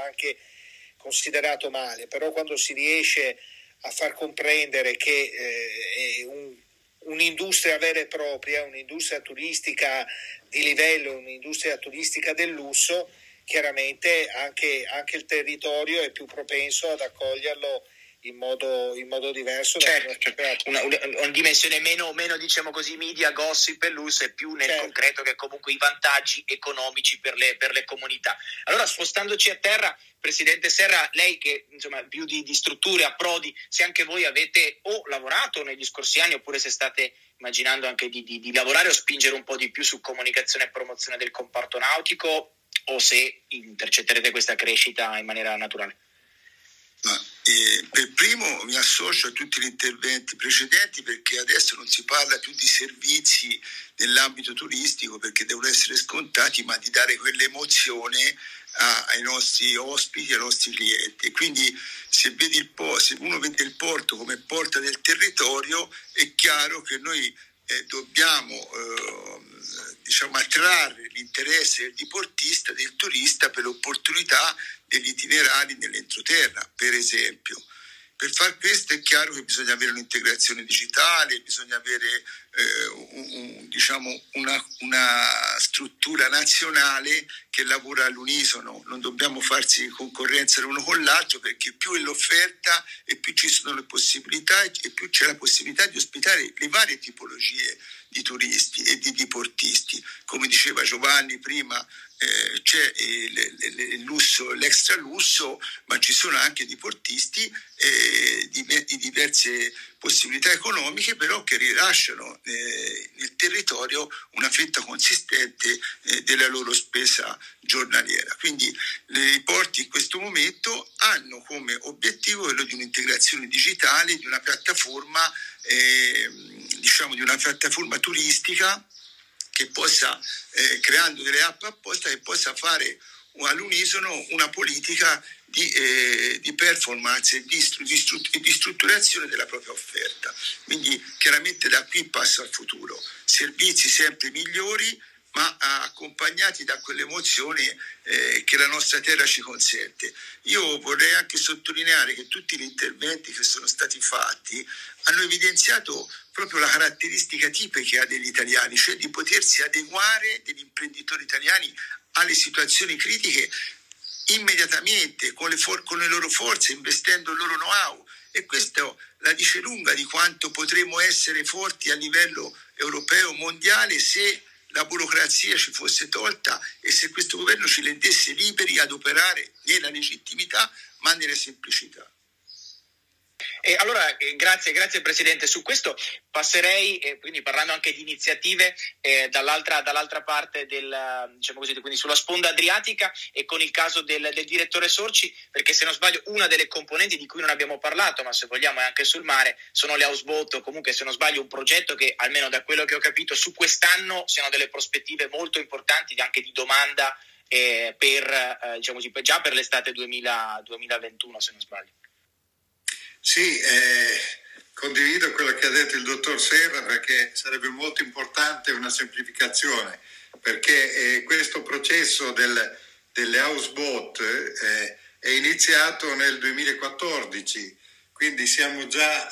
male, però quando si riesce a far comprendere che è un'industria vera e propria, un'industria turistica di livello, un'industria turistica del lusso, chiaramente anche il territorio è più propenso ad accoglierlo in modo diverso. Certo. Una dimensione meno diciamo così media, gossip e lusso, e più nel concreto, che comunque i vantaggi economici per le comunità. Allora, spostandoci a terra, Presidente Serra, lei che insomma più di strutture, approdi, se anche voi avete o lavorato negli scorsi anni, oppure se state immaginando anche di lavorare o spingere un po' di più su comunicazione e promozione del comparto nautico, o se intercetterete questa crescita in maniera naturale. Per primo mi associo a tutti gli interventi precedenti, perché adesso non si parla più di servizi nell'ambito turistico, perché devono essere scontati, ma di dare quell'emozione ai nostri ospiti, ai nostri clienti. Quindi se uno vede il porto come porta del territorio, è chiaro che noi dobbiamo attrarre l'interesse del diportista, del turista, per l'opportunità degli itinerari nell'entroterra, per esempio. Per far questo è chiaro che bisogna avere un'integrazione digitale, bisogna avere una struttura nazionale che lavora all'unisono. Non dobbiamo farsi concorrenza l'uno con l'altro, perché più è l'offerta e più ci sono le possibilità, e più c'è la possibilità di ospitare le varie tipologie di turisti e di diportisti. Come diceva Giovanni prima, c'è il lusso, l'extra lusso, ma ci sono anche diportisti di diverse possibilità economiche, però che rilasciano nel territorio una fetta consistente della loro spesa giornaliera. Quindi i porti in questo momento hanno come obiettivo quello di un'integrazione digitale, di una piattaforma di una piattaforma turistica che possa, creando delle app apposta, che possa fare all'unisono una politica di performance e di strutturazione della propria offerta. Quindi chiaramente da qui passa al futuro. Servizi sempre migliori, ma accompagnati da quell'emozione che la nostra terra ci consente. Io vorrei anche sottolineare che tutti gli interventi che sono stati fatti hanno evidenziato proprio la caratteristica tipica degli italiani, cioè di potersi adeguare, degli imprenditori italiani, alle situazioni critiche immediatamente, con le loro forze, investendo il loro know-how. E questo la dice lunga di quanto potremmo essere forti a livello europeo, mondiale, se la burocrazia ci fosse tolta e se questo governo ci rendesse liberi ad operare nella legittimità ma nella semplicità. Allora, grazie Presidente. Su questo passerei, quindi parlando anche di iniziative dall'altra parte diciamo così, quindi sulla sponda adriatica, e con il caso del direttore Sorci, perché se non sbaglio una delle componenti di cui non abbiamo parlato, ma se vogliamo è anche sul mare, sono le houseboat, o comunque se non sbaglio un progetto che, almeno da quello che ho capito, su quest'anno siano delle prospettive molto importanti anche di domanda diciamo così, già per l'estate 2021, se non sbaglio. Sì, condivido quello che ha detto il dottor Serra, perché sarebbe molto importante una semplificazione, perché questo processo delle houseboat è iniziato nel 2014, quindi siamo già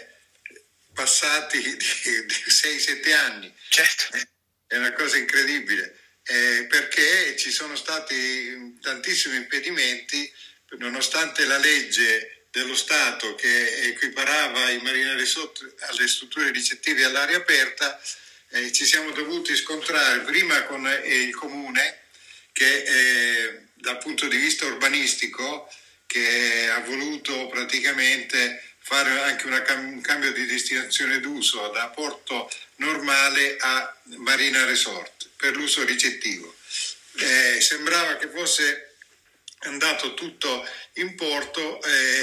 passati di 6-7 anni. Certo. È una cosa incredibile, perché ci sono stati tantissimi impedimenti, nonostante la legge dello Stato che equiparava i marinai alle strutture ricettive all'aria aperta, ci siamo dovuti scontrare prima con il Comune, che dal punto di vista urbanistico, che ha voluto praticamente fare anche un cambio di destinazione d'uso da porto normale a marina resort per l'uso ricettivo. Sembrava che fosse andato tutto in porto,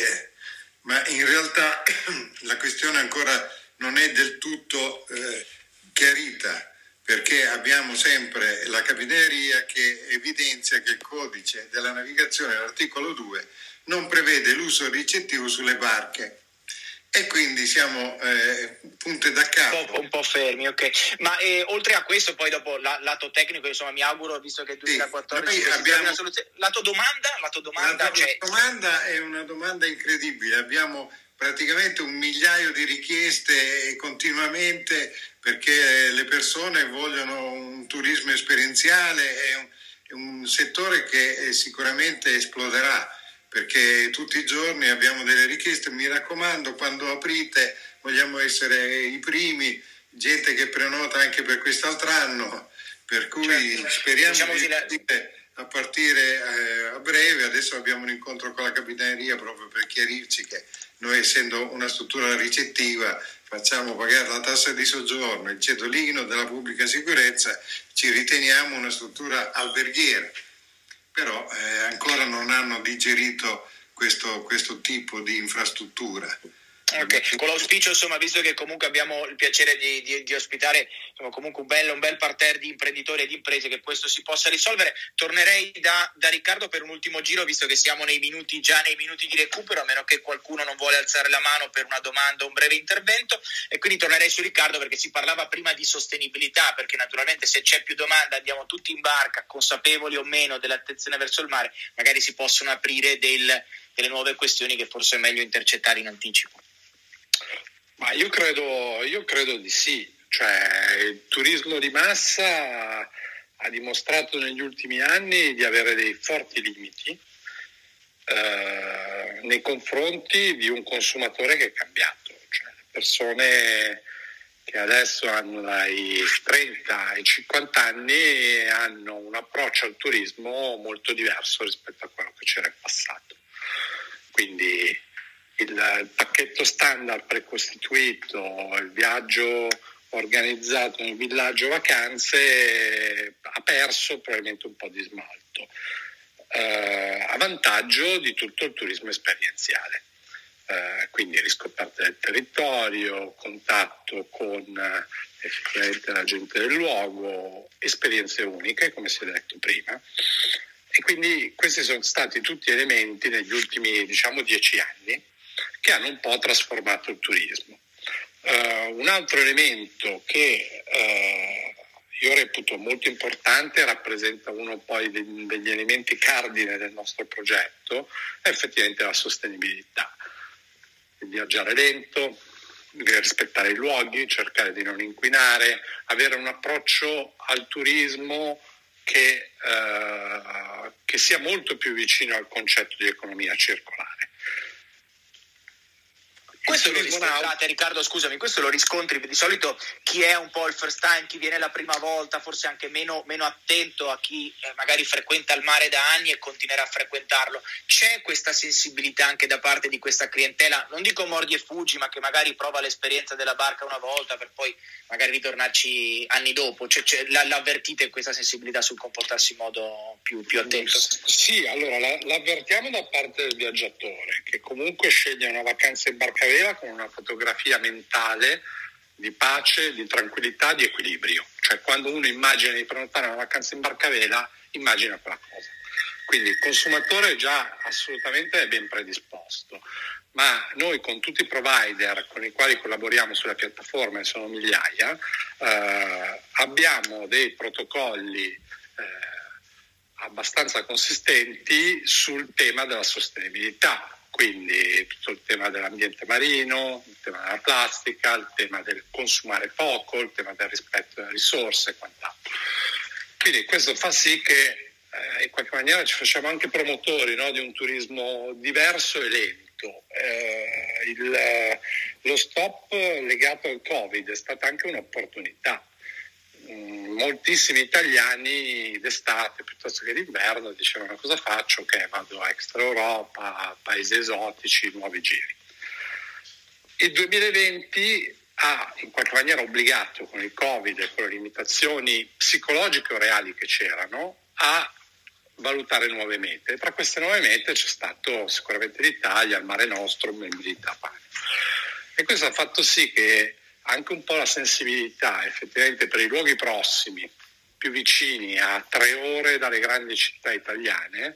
ma in realtà la questione ancora non è del tutto chiarita, perché abbiamo sempre la Capitaneria che evidenzia che il codice della navigazione, l'articolo 2, non prevede l'uso ricettivo sulle barche. E quindi siamo punte da capo. Un po' fermi, ok. Ma oltre a questo, poi dopo lato tecnico, insomma, mi auguro, visto che il 2014 sì, abbiamo una soluzione. Lato domanda la domanda è una domanda incredibile. Abbiamo praticamente 1 migliaio di richieste continuamente, perché le persone vogliono un turismo esperienziale, è un settore che sicuramente esploderà, perché tutti i giorni abbiamo delle richieste. Mi raccomando, quando aprite vogliamo essere i primi, gente che prenota anche per quest'altro anno, per cui certo, speriamo a partire a breve. Adesso abbiamo un incontro con la Capitaneria proprio per chiarirci che noi, essendo una struttura ricettiva, facciamo pagare la tassa di soggiorno, il cedolino della pubblica sicurezza, ci riteniamo una struttura alberghiera. Però ancora non hanno digerito questo tipo di infrastruttura. Ok, con l'auspicio, insomma, visto che comunque abbiamo il piacere di ospitare, insomma, comunque un bel parterre di imprenditori e di imprese, che questo si possa risolvere. Tornerei da Riccardo per un ultimo giro, visto che siamo nei minuti di recupero, a meno che qualcuno non vuole alzare la mano per una domanda o un breve intervento, e quindi tornerei su Riccardo, perché si parlava prima di sostenibilità, perché naturalmente se c'è più domanda andiamo tutti in barca, consapevoli o meno dell'attenzione verso il mare, magari si possono aprire delle nuove questioni che forse è meglio intercettare in anticipo. Ma io credo di sì, cioè il turismo di massa ha dimostrato negli ultimi anni di avere dei forti limiti nei confronti di un consumatore che è cambiato, cioè le persone che adesso hanno dai 30 ai 50 anni hanno un approccio al turismo molto diverso rispetto a quello che c'era in passato. Quindi il pacchetto standard precostituito, il viaggio organizzato nel villaggio vacanze ha perso probabilmente un po' di smalto, a vantaggio di tutto il turismo esperienziale. Quindi riscoperta del territorio, contatto con effettivamente la gente del luogo, esperienze uniche, come si è detto prima. E quindi questi sono stati tutti elementi negli ultimi 10 anni che hanno un po' trasformato il turismo. Un altro elemento che io reputo molto importante, rappresenta uno poi degli elementi cardine del nostro progetto, è effettivamente la sostenibilità. Viaggiare lento, rispettare i luoghi, cercare di non inquinare, avere un approccio al turismo che sia molto più vicino al concetto di economia circolare. Questo lo riscontrate, Riccardo, scusami, questo lo riscontri di solito chi è un po' il first time, chi viene la prima volta, forse anche meno attento a chi magari frequenta il mare da anni e continuerà a frequentarlo. C'è questa sensibilità anche da parte di questa clientela, non dico mordi e fuggi, ma che magari prova l'esperienza della barca una volta per poi magari ritornarci anni dopo. L'avvertite questa sensibilità sul comportarsi in modo più attento? Sì, allora l'avvertiamo da parte del viaggiatore, che comunque sceglie una vacanza in barcavela con una fotografia mentale di pace, di tranquillità, di equilibrio. Cioè quando uno immagina di prenotare una vacanza in barcavela, immagina quella cosa. Quindi il consumatore già assolutamente è ben predisposto, ma noi con tutti i provider con i quali collaboriamo sulla piattaforma, e sono migliaia, abbiamo dei protocolli abbastanza consistenti sul tema della sostenibilità. Quindi tutto il tema dell'ambiente marino, il tema della plastica, il tema del consumare poco, il tema del rispetto delle risorse e quant'altro. Quindi questo fa sì che in qualche maniera ci facciamo anche promotori, no, di un turismo diverso e lento. Lo stop legato al Covid è stata anche un'opportunità. Moltissimi italiani d'estate piuttosto che d'inverno dicevano: cosa faccio? Che vado a extra Europa, paesi esotici, nuovi giri. Il 2020 ha in qualche maniera obbligato, con il Covid e con le limitazioni psicologiche o reali che c'erano, a valutare nuove mete. Tra queste nuove mete c'è stato sicuramente l'Italia, il Mare Nostrum e il Mediterraneo. E questo ha fatto sì che anche un po' la sensibilità effettivamente per i luoghi prossimi, più vicini a 3 ore dalle grandi città italiane,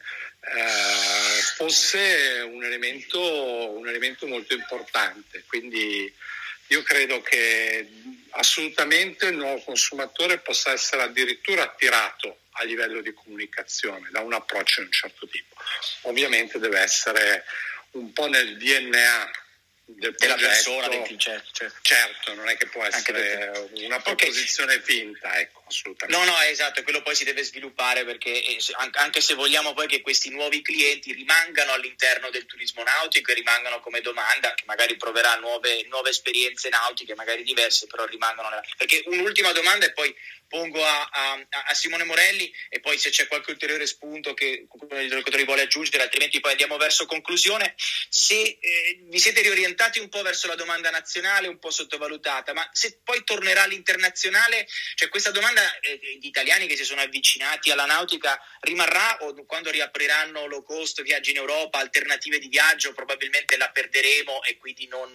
fosse un elemento molto importante. Quindi io credo che assolutamente il nuovo consumatore possa essere addirittura attirato a livello di comunicazione da un approccio di un certo tipo. Ovviamente deve essere un po' nel DNA del della progetto, persona, certo, non è che può essere una proposizione finta, ecco, assolutamente. No, esatto, quello poi si deve sviluppare, perché anche se vogliamo poi che questi nuovi clienti rimangano all'interno del turismo nautico e rimangano come domanda, che magari proverà nuove esperienze nautiche, magari diverse, però rimangono perché un'ultima domanda e poi pongo a Simone Morelli, e poi se c'è qualche ulteriore spunto che qualcuno degli interlocutori vuole aggiungere, altrimenti poi andiamo verso conclusione. Se vi siete riorientati un po' verso la domanda nazionale, un po' sottovalutata, ma se poi tornerà all'internazionale, cioè questa domanda di italiani che si sono avvicinati alla nautica rimarrà, o quando riapriranno low cost, viaggi in Europa, alternative di viaggio, probabilmente la perderemo e quindi non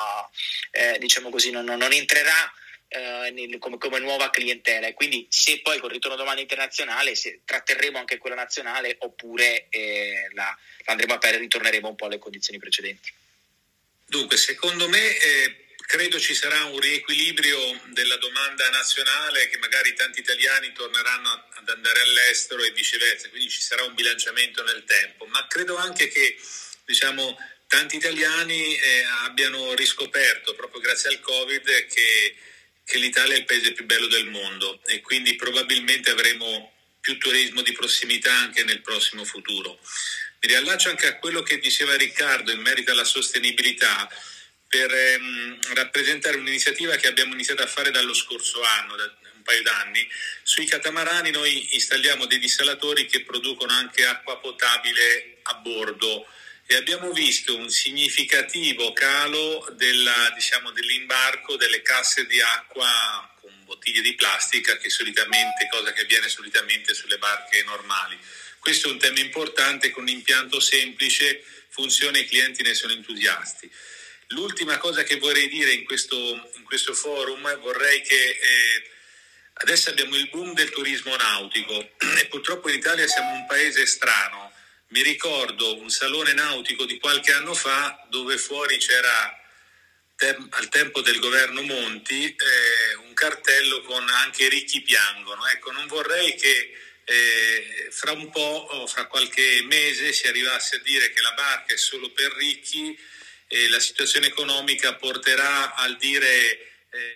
entrerà come nuova clientela? E quindi se poi con il ritorno domanda internazionale se tratterremo anche quella nazionale, oppure la andremo a perdere, ritorneremo un po' alle condizioni precedenti. Dunque, secondo me credo ci sarà un riequilibrio della domanda nazionale, che magari tanti italiani torneranno ad andare all'estero e viceversa, quindi ci sarà un bilanciamento nel tempo, ma credo anche che tanti italiani abbiano riscoperto proprio grazie al Covid che l'Italia è il paese più bello del mondo, e quindi probabilmente avremo più turismo di prossimità anche nel prossimo futuro. Mi riallaccio anche a quello che diceva Riccardo in merito alla sostenibilità, per rappresentare un'iniziativa che abbiamo iniziato a fare dallo scorso anno, da un paio d'anni. Sui catamarani noi installiamo dei dissalatori che producono anche acqua potabile a bordo, e abbiamo visto un significativo calo dell'imbarco delle casse di acqua con bottiglie di plastica, cosa che avviene solitamente sulle barche normali. Questo è un tema importante, con un impianto semplice, funziona, i clienti ne sono entusiasti. L'ultima cosa che vorrei dire in questo forum, vorrei che adesso abbiamo il boom del turismo nautico e purtroppo in Italia siamo un paese strano. Mi ricordo un salone nautico di qualche anno fa dove fuori c'era, al tempo del governo Monti, un cartello con anche ricchi piangono. Ecco, non vorrei che fra un po' o fra qualche mese si arrivasse a dire che la barca è solo per ricchi, e la situazione economica porterà al dire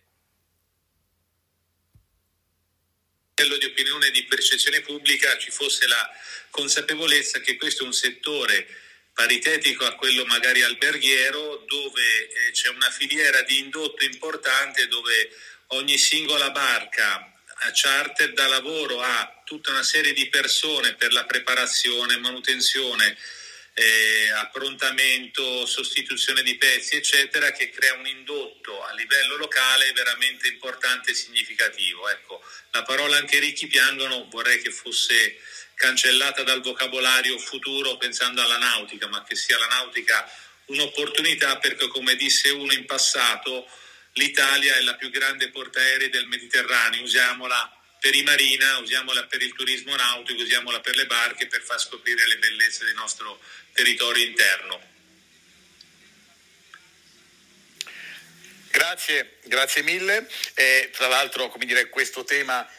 di opinione, di percezione pubblica, ci fosse la consapevolezza che questo è un settore paritetico a quello magari alberghiero, dove c'è una filiera di indotto importante, dove ogni singola barca a charter dà lavoro a tutta una serie di persone per la preparazione, manutenzione, approntamento, sostituzione di pezzi, eccetera, che crea un indotto a livello locale veramente importante e significativo. Ecco, la parola anche ricchi piangono vorrei che fosse cancellata dal vocabolario futuro pensando alla nautica, ma che sia la nautica un'opportunità, perché come disse uno in passato, l'Italia è la più grande portaerei del Mediterraneo, usiamola per i marina, usiamola per il turismo nautico, usiamola per le barche, per far scoprire le bellezze del nostro territorio interno. Grazie mille. Tra l'altro, come dire, questo tema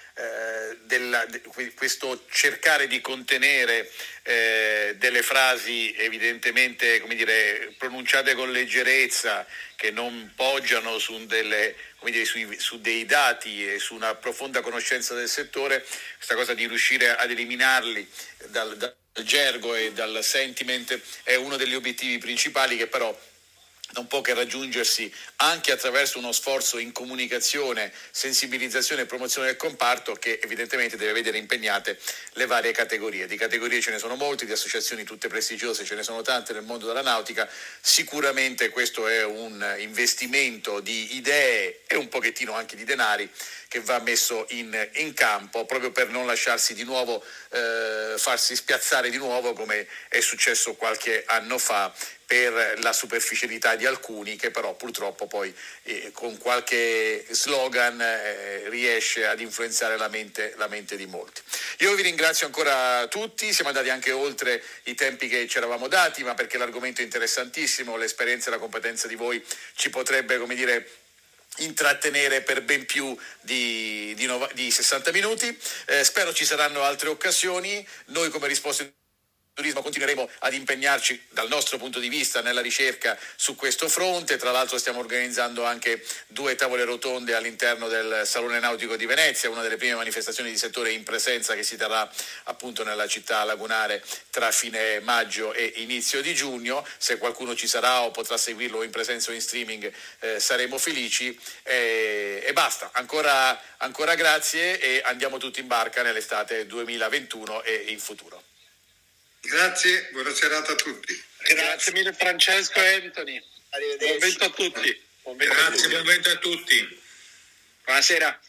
questo cercare di contenere delle frasi evidentemente, come dire, pronunciate con leggerezza, che non poggiano su dei dati e su una profonda conoscenza del settore, questa cosa di riuscire ad eliminarli dal gergo e dal sentiment è uno degli obiettivi principali, che però non può che raggiungersi anche attraverso uno sforzo in comunicazione, sensibilizzazione e promozione del comparto, che evidentemente deve vedere impegnate le varie categorie. Di categorie ce ne sono molte, di associazioni tutte prestigiose ce ne sono tante nel mondo della nautica. Sicuramente questo è un investimento di idee e un pochettino anche di denari che va messo in campo, proprio per non lasciarsi di nuovo farsi spiazzare di nuovo, come è successo qualche anno fa, per la superficialità di alcuni, che però purtroppo poi con qualche slogan riesce ad influenzare la mente di molti. Io vi ringrazio ancora tutti, siamo andati anche oltre i tempi che ci eravamo dati, ma perché l'argomento è interessantissimo, l'esperienza e la competenza di voi ci potrebbe, come dire, intrattenere per ben più di 60 minuti. Spero ci saranno altre occasioni. Noi come Risposte Turismo continueremo ad impegnarci dal nostro punto di vista nella ricerca su questo fronte. Tra l'altro stiamo organizzando anche 2 tavole rotonde all'interno del Salone Nautico di Venezia, una delle prime manifestazioni di settore in presenza, che si terrà appunto nella città lagunare tra fine maggio e inizio di giugno. Se qualcuno ci sarà o potrà seguirlo in presenza o in streaming, saremo felici. E basta, ancora grazie, e andiamo tutti in barca nell'estate 2021 e in futuro. Grazie, buona serata a tutti. Grazie mille Francesco e Anthony. Arrivederci. Buon vento a tutti. Grazie, buon vento a tutti. Buonasera.